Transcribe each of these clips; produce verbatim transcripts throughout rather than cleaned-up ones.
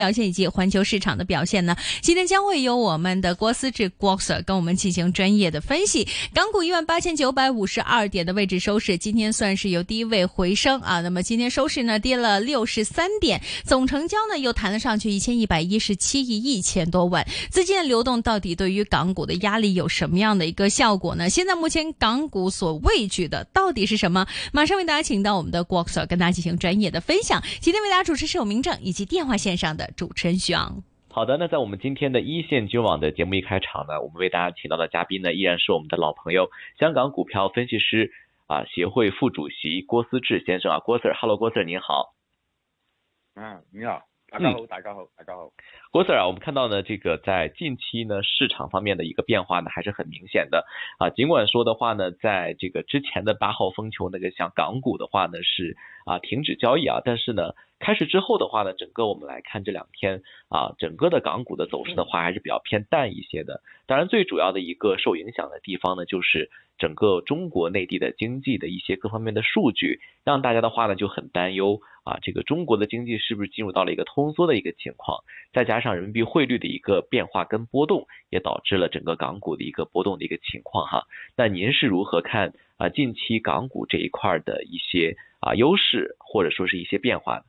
表现以及环球市场的表现呢？今天将会由我们的郭思治郭 Sir 跟我们进行专业的分析。港股一万八千九百五十二点的位置收市，今天算是由低位回升啊。那么今天收市呢跌了六十三点，总成交呢又弹了上去一千一百一十七亿一千多万。资金的流动到底对于港股的压力有什么样的一个效果呢？现在目前港股所畏惧的到底是什么？马上为大家请到我们的郭 Sir 跟大家进行专业的分享。今天为大家主持是有明正以及电话线上的主持人徐昂。 好的，那在我们今天的一线金网的节目一开场呢，我们为大家请到的嘉宾呢，依然是我们的老朋友，香港股票分析师啊协会副主席郭思治先生啊，郭 Sir，Hello， 郭 Sir 您好。 嗯，你好，大家好，嗯、大家好，大家好。 郭 Sir 啊，我们看到呢，这个在近期呢，市场方面的一个变化呢，还是很明显的啊。尽管说的话呢，在这个之前的八号风球那个像港股的话呢，是啊停止交易啊，但是呢，开始之后的话呢，整个我们来看这两天啊，整个的港股的走势的话还是比较偏淡一些的。当然，最主要的一个受影响的地方呢，就是整个中国内地的经济的一些各方面的数据，让大家的话呢就很担忧啊，这个中国的经济是不是进入到了一个通缩的一个情况？再加上人民币汇率的一个变化跟波动，也导致了整个港股的一个波动的一个情况哈。那您是如何看啊近期港股这一块的一些啊优势或者说是一些变化呢？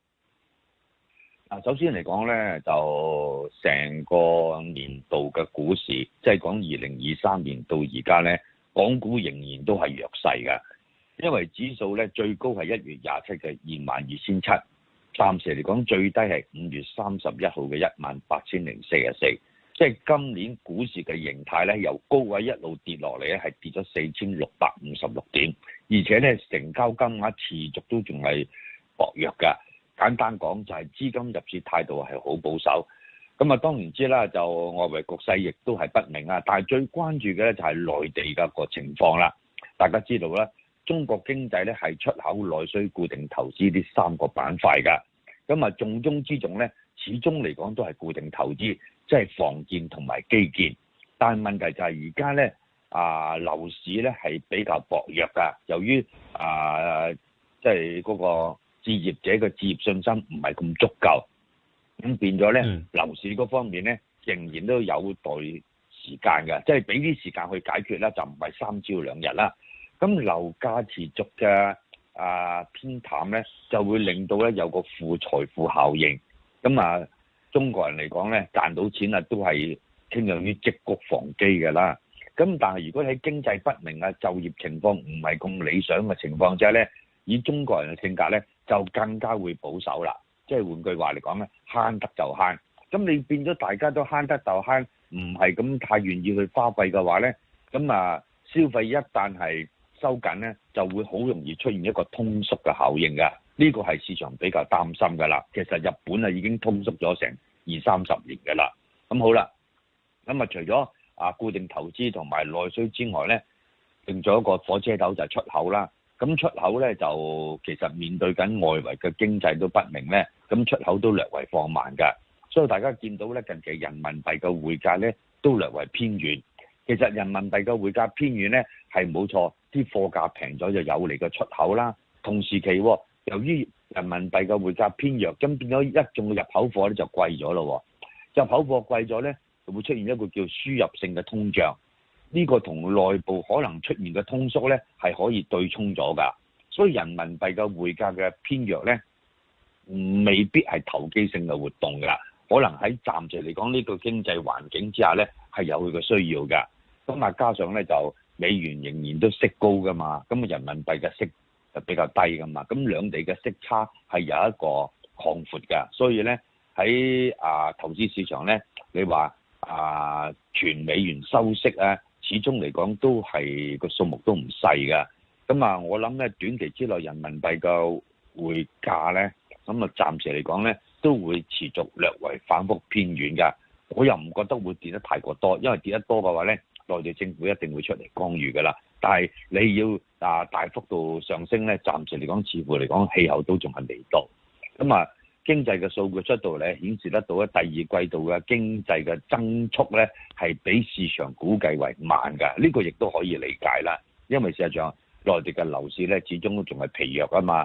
啊，首先嚟講咧，就成個年度嘅股市，即係講二零二三年到而家咧，港股仍然都係弱勢嘅，因為指數咧最高係一月廿七嘅二萬二千七，暫時嚟講最低係五月三十一號嘅一萬八千零四十四，即係今年股市嘅形態咧由高位一路跌落嚟咧係跌咗四千六百五十六點，而且咧成交金額持續都仲係薄弱㗎。簡單講就係資金入市態度係好保守，咁啊當然知啦，就外圍局勢亦都係不明啊，但係最關注嘅咧就係內地嘅個情況啦。大家知道啦，中國經濟咧係出口、內需、固定投資呢三個板塊㗎，咁啊重中之重咧，始終嚟講都係固定投資，即係房建同埋基建。但係問題就係而家咧啊樓市咧係比較薄弱㗎，由於啊即係嗰個置業者嘅置業信心唔係咁足夠，咁變咗咧、嗯、樓市嗰方面咧仍然都有待時間嘅，即係俾啲時間去解決啦，就唔係三朝兩日啦。咁樓價持續嘅啊偏淡咧，就會令到咧有個負財富效應。咁啊，中國人嚟講咧賺到錢啊都係傾向於積谷防饑嘅啦。咁但係如果喺經濟不明啊、就業情況唔係咁理想嘅情況之下咧，以中國人嘅性格咧，就更加會保守啦。即係換句話嚟講咧，慳得就慳。咁你變咗大家都慳得就慳，唔係咁太願意去花費嘅話咧，咁啊消費一旦係收緊咧，就會好容易出現一個通縮嘅效應㗎。呢個係市場比較擔心㗎啦。其實日本啊已經通縮咗成二三十年㗎啦。咁好啦，咁啊除咗啊固定投資同埋內需之外咧，另咗一個火車頭就係出口啦。咁出口咧就其實面對緊外圍嘅經濟都不明咧，咁出口都略為放慢㗎，所以大家見到咧近期人民幣嘅匯價咧都略為偏軟。其實人民幣嘅匯價偏軟咧係冇錯，啲貨價平咗就有利嘅出口啦。同時期、哦、由於人民幣嘅匯價偏弱，咁變咗一眾嘅入口貨咧就貴咗咯。入口貨貴咗咧，就會出現一個叫輸入性嘅通脹。呢個同內部可能出現嘅通縮咧係可以對沖咗㗎，所以人民幣嘅匯價嘅偏弱咧，未必係投機性嘅活動㗎，可能喺暫時嚟講呢個經濟環境之下咧係有佢嘅需要㗎。咁啊加上咧就美元仍然都息高㗎嘛，咁啊人民幣嘅息就比較低㗎嘛，咁兩地嘅息差係有一個擴闊㗎，所以咧喺啊投資市場咧，你話啊全美元收息啊，始終嚟講都係個數目都唔細㗎，咁啊我諗咧短期之內人民幣嘅匯價咧，咁啊暫時嚟講咧都會持續略為反覆偏軟㗎，我又唔覺得會跌得太過多，因為跌得多嘅話咧，內地政府一定會出嚟干預㗎啦，但係你要啊大幅度上升咧，暫時嚟講似乎嚟講氣候都仲係未到，咁啊經濟嘅數據出到嚟顯示得到咧，第二季度嘅經濟嘅增速咧係比市場估計為慢㗎，呢個亦都可以理解啦。因為事實上內地嘅樓市咧始終都仲係疲弱啊嘛，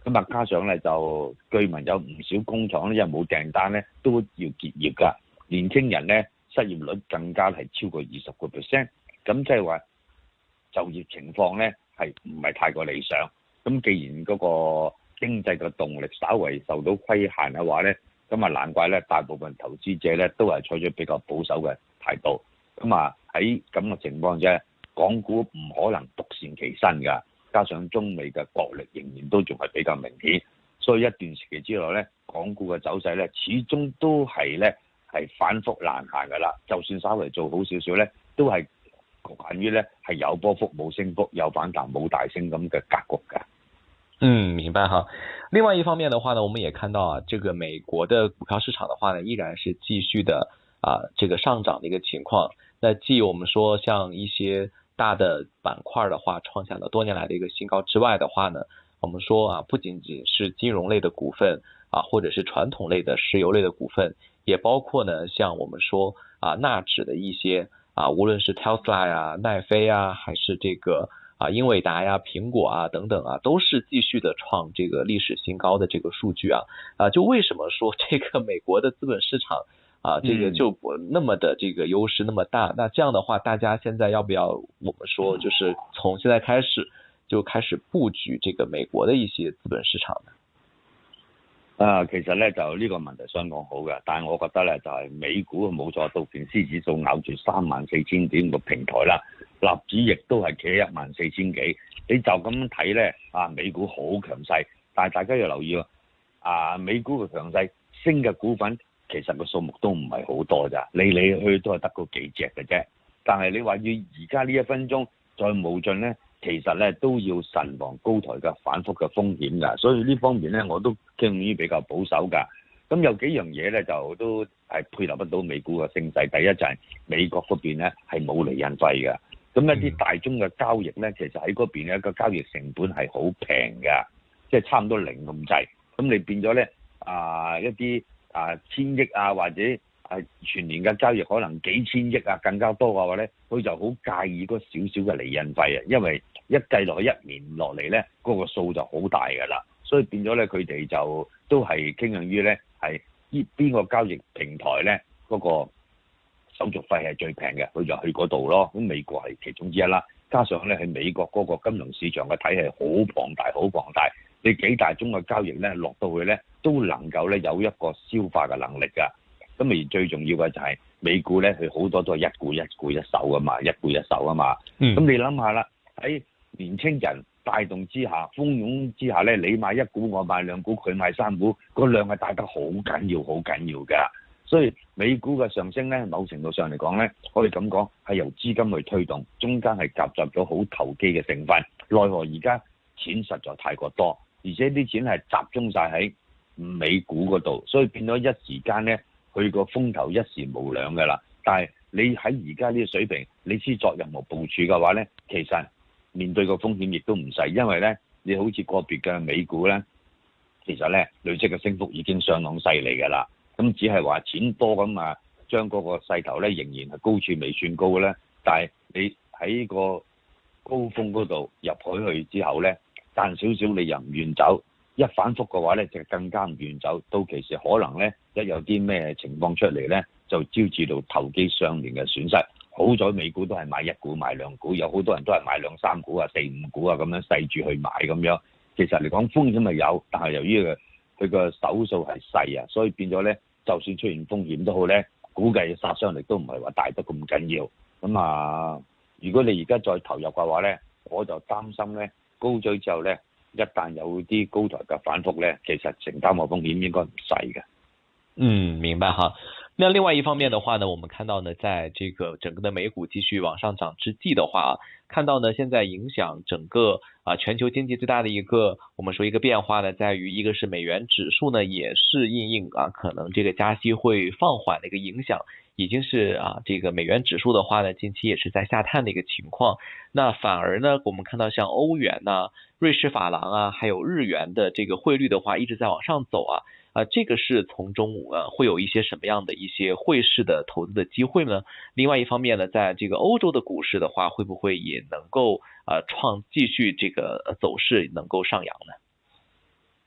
咁啊加上咧就據聞有唔少工廠咧因為冇訂單咧都要結業㗎，年輕人咧失業率更加係超過二十個 percent， 咁即係話就業情況咧係唔係太過理想。咁既然嗰個經濟嘅動力稍為受到規限嘅話咧，咁啊難怪咧大部分投資者咧都係採取比較保守嘅態度。咁啊喺咁嘅情況啫，港股唔可能獨善其身㗎，加上中美嘅國力仍然都仲係比較明顯，所以一段時期之內咧，港股嘅走勢咧始終都係咧係反覆難行㗎啦。就算稍微做好少少咧，都係局限於咧係有波幅冇升幅，有反彈冇大升咁嘅格局㗎。 嗯，明白哈。另外一方面的話呢，我們也看到啊，這個美國的股票市場的話呢，依然是繼續的啊，這個上漲的一個情況。那既我們說像一些大的板塊的話，創下了多年來的一個新高之外的話呢，我們說啊，不僅僅是金融類的股份啊，或者是傳統類的石油類的股份，也包括呢，像我們說啊，納指的一些啊，無論是 Tesla 啊、奈飛啊，還是這個。啊，英偉達呀、蘋果啊等等啊，都是繼續的創這個歷史新高的這個數據啊，啊，就為什麼說這個美國的資本市場啊，這個就不那麼的這個優勢那麼大？嗯、那這樣的話，大家現在要不要我們說，就是從現在開始就開始布局這個美國的一些資本市場呢？ 啊，其實咧就呢個問題相當好嘅，但係我覺得咧就係、是、美股冇錯，道瓊斯指數咬住三萬四千點個平台啦，納指亦都係企喺一萬四千幾，你就咁睇咧啊，美股好強勢，但係大家要留意喎，啊美股嘅強勢升嘅股份其實個數目都唔係好多咋，嚟嚟去去都係得嗰幾隻嘅啫，但係你話要而家呢一分鐘再無盡咧，其實咧都要慎防高台嘅反覆嘅風險㗎，所以呢方面咧我都傾向於比較保守㗎。咁有幾樣嘢咧就都係配合不到美股嘅升勢。第一就係美國嗰邊咧係冇離岸費嘅，咁一啲大宗嘅交易咧，其實喺嗰邊咧個交易成本係好平㗎，即係差唔多零咁滯。咁你變咗咧啊一啲啊千億啊或者係全年嘅交易可能幾千億啊更加多嘅話咧，佢就好介意嗰少少嘅離岸費啊，因為一計落去一年落嚟咧，嗰、嗰個數就好大㗎啦，所以變咗咧佢哋就都係傾向於咧係呢邊個交易平台咧嗰、嗰個手續費係最平嘅，佢就去嗰度咯。咁美國係其中之一啦，加上咧喺美國嗰個金融市場嘅體系好龐大，好龐大，你幾大宗嘅交易咧落到去咧都能夠咧有一個消化嘅能力㗎。咁而最重要嘅就係美股咧，佢好多都係一股一股一手噶嘛，一股一手啊嘛。咁、嗯、你諗下啦，喺年青人帶動之下、蜂擁之下咧，你買一股，我買兩股，佢買三股，個量係大得好緊要、好緊要㗎。所以美股嘅上升咧，某程度上嚟講咧，可以咁講係由資金去推動，中間係夾雜咗好投機嘅成分。奈何而家錢實在太過多，而且啲錢係集中晒喺美股嗰度，所以變咗一時間咧。佢個風頭一時無兩㗎啦，但係你喺而家呢個水平，你先作任何部署嘅話咧，其實面對個風險亦都唔細，因為咧你好似個別嘅美股咧，其實咧累積嘅升幅已經相當犀利㗎啦。咁只係話錢多咁啊，將嗰個勢頭咧仍然係高處未算高咧，但係你喺個高峰嗰度入海去之後咧，賺少少你又唔願走。一反覆嘅話咧，就更加唔願走。到其時可能咧，一有啲咩情況出嚟咧，就招致到投機上面嘅損失。好在美股都係買一股買兩股，有好多人都係買兩三股啊、四五股啊咁樣細住去買咁樣。其實嚟講風險係有，但係由於佢佢個手數係細啊，所以變咗咧，就算出現風險都好咧，估計殺傷力都唔係話大得咁緊要。咁啊，如果你而家再投入嘅話咧，我就擔心咧高咗之後咧。一旦有啲高台嘅反覆咧，其實承擔嘅風險應該唔細嘅。 嗯，明白哈。那另外一方面的話呢，我們看到呢，在這個整個的美股繼續往上漲之際的話，看到呢，現在影響整個啊全球經濟最大的一個，我們說一個變化呢，在於一個是美元指數呢，也是因應啊，可能這個加息會放緩的一個影響。已經是啊，這個美元指數的話呢，近期也是在下探的一個情況。那反而呢，我們看到像歐元啊、瑞士法郎啊，還有日元的這個匯率的話，一直在往上走啊。啊，這個是從中啊會有一些什麼樣的一些匯市的投資的機會呢？另外一方面呢，在這個歐洲的股市的話，會不會也能夠啊創繼續這個走勢能夠上揚呢？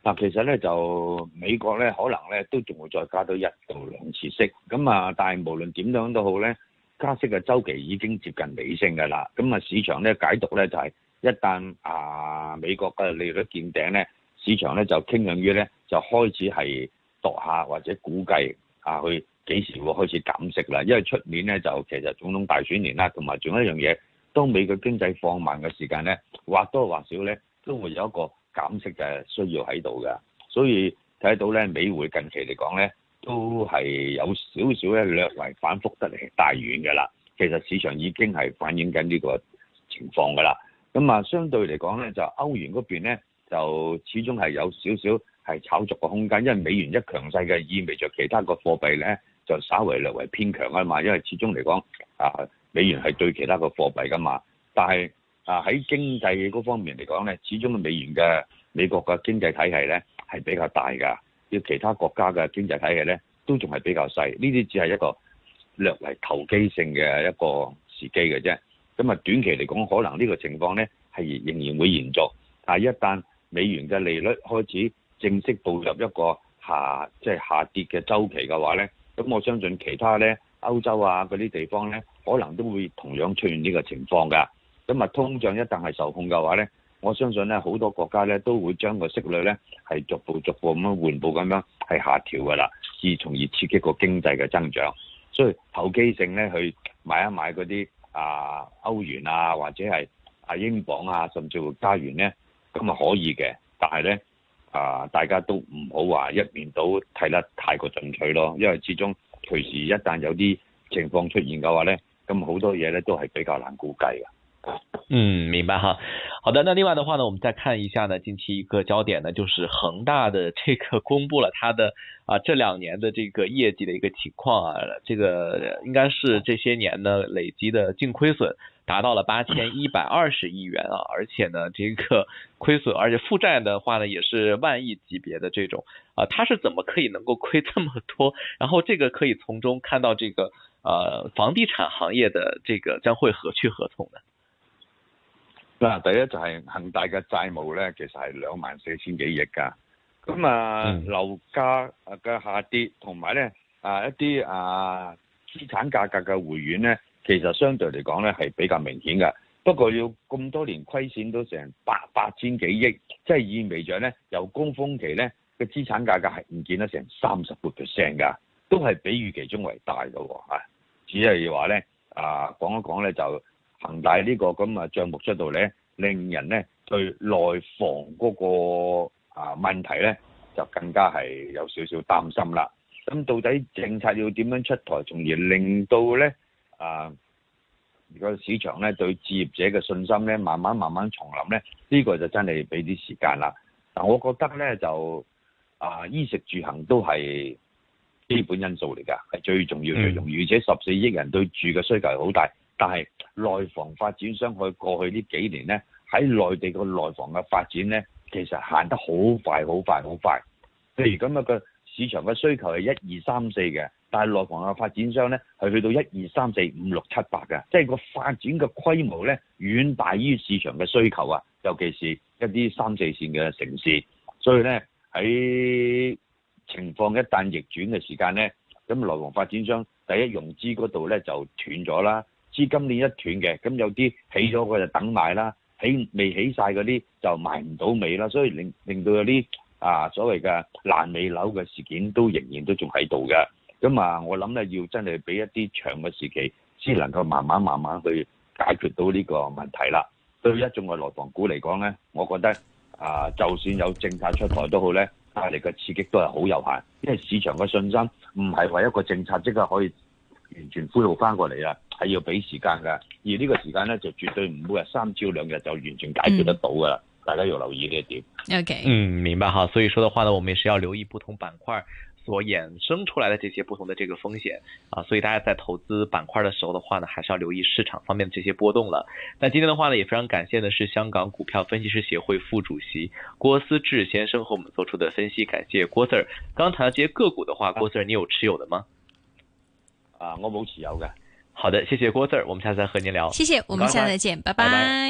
嗱，其實咧就美國咧可能咧都仲會再加多一到兩次息，咁啊，但係無論點樣都好咧，加息嘅週期已經接近尾聲㗎啦。咁啊，市場咧解讀咧就係、是、一旦啊美國嘅利率見頂咧，市場咧就傾向於咧就開始係度下或者估計啊去幾時會開始減息啦。因為出年咧就其實總統大選年啦，同埋仲有一樣嘢，當美國經濟放慢嘅時間咧，或多或少咧都會有一個減息嘅需要喺度㗎，所以睇到咧美匯近期嚟講咧，都係有少少咧略為反覆得嚟大遠嘅啦。其實市場已經係反映緊呢個情況㗎啦。咁啊，相對嚟講咧，就歐元嗰邊咧，就始終係有少少係炒作嘅空間，因為美元一強勢嘅，意味着其他個貨幣咧就稍微略為偏強啊嘛。因為始終嚟講啊，美元係對其他個貨幣㗎嘛，但係啊喺經濟嗰方面嚟講咧，始終美元嘅美國嘅經濟體系咧係比較大㗎，要其他國家嘅經濟體系咧都仲係比較細，呢啲只係一個略為投機性嘅一個時機嘅啫。咁啊，短期嚟講，可能呢個情況咧係仍然會延續，但係一旦美元嘅利率開始正式步入一個下即係、就是、下跌嘅週期嘅話咧，咁我相信其他咧歐洲啊嗰啲地方咧，可能都會同樣出現呢個情況㗎。咁啊，通脹一旦係受控嘅話咧，我相信咧好多國家咧都會將個息率咧係逐步逐步咁樣緩步咁樣係下調㗎啦，而從而刺激個經濟嘅增長。所以投機性咧去買一買嗰啲啊歐元啊或者係啊英鎊啊甚至乎加元咧，咁啊可以嘅。但係咧啊大家都唔好話一面倒睇得太過進取咯，因為始終隨時一旦有啲情況出現嘅話咧，咁好多嘢咧都係比較難估計嘅。 嗯，明白哈。好的，那另外的話呢，我們再看一下呢，近期一個焦點呢，就是恒大的這個公布了它的啊這兩年的這個業績的一個情況啊，這個應該是這些年呢累積的淨虧損達到了八千一百二十億元啊，而且呢這個虧損，而且負債的話呢也是萬億級別的這種啊，它是怎麼可以能夠虧這麼多？然後這個可以從中看到這個呃房地產行業的這個將會何去何從呢？ 嗱，第一就係恒大嘅債務咧，其實係兩萬四千幾億㗎。咁啊，嗯、樓價嘅下跌同埋咧啊一啲啊資產價格嘅回軟咧，其實相對嚟講咧係比較明顯㗎。不過要咁多年虧損都成八八千幾億，即係意味着咧由高峰期咧嘅資產價格係唔見得成三十個 percent 㗎，都係比預期中為大嘅喎啊！只係話咧啊講一講咧就。恒大呢個咁啊帳目出到咧，令人咧對內房嗰個啊問題咧就更加係有少少擔心啦。咁到底政策要點樣出台，從而令到咧啊如果市場咧對置業者嘅信心咧慢慢慢慢重臨咧，呢個就真係俾啲時間啦。但我覺得咧就啊衣食住行都係基本因素嚟㗎，係最重要最重要，而且十四億人對住嘅需求係好大。但係內房發展商佢過去呢幾年咧，喺內地個內房嘅發展咧，其實行得好快好快好快。譬如咁樣個市場嘅需求係一二三四嘅，但係內房嘅發展商咧係去到一二三四五六七八嘅，即係個發展嘅規模咧遠大於市場嘅需求啊！尤其是一啲三四線嘅城市，所以咧喺情況一旦逆轉嘅時間咧，咁內房發展商第一融資嗰度咧就斷咗啦。資金鏈一斷嘅，咁有啲起咗佢就等賣啦，起未起晒嗰啲就賣唔到尾啦，所以令令到有啲啊所謂嘅爛尾樓嘅事件都仍然都仲喺度嘅。咁啊，我諗咧要真係俾一啲長嘅時期，先能夠慢慢慢慢去解決到呢個問題啦。對於一眾嘅內房股嚟講咧，我覺得啊，就算有政策出台都好咧，帶嚟嘅刺激都係好有限，因為市場嘅信心唔係為一個政策即刻可以完全恢復翻過嚟啦，係要俾時間㗎。而呢個時間咧，就絕對唔會係三朝兩日就完全解決得到㗎啦。嗯、大家要留意呢一點。 OK， 嗯，明白哈。所以說的話呢，我們也是要留意不同板塊所衍生出來的這些不同的這個風險啊。所以大家在投資板塊的時候的話呢，還是要留意市場方面的這些波動了。那今天的話呢，也非常感謝的是香港股票分析師協會副主席郭思治先生和我們做出的分析，感謝郭 Sir。剛談到這些個股的話，郭 Sir 你有持有的嗎？ 啊，我冇持有嘅。 好的，謝謝郭 Sir，我們下次再和您聊。 謝謝，我們下次再見，拜拜。拜拜。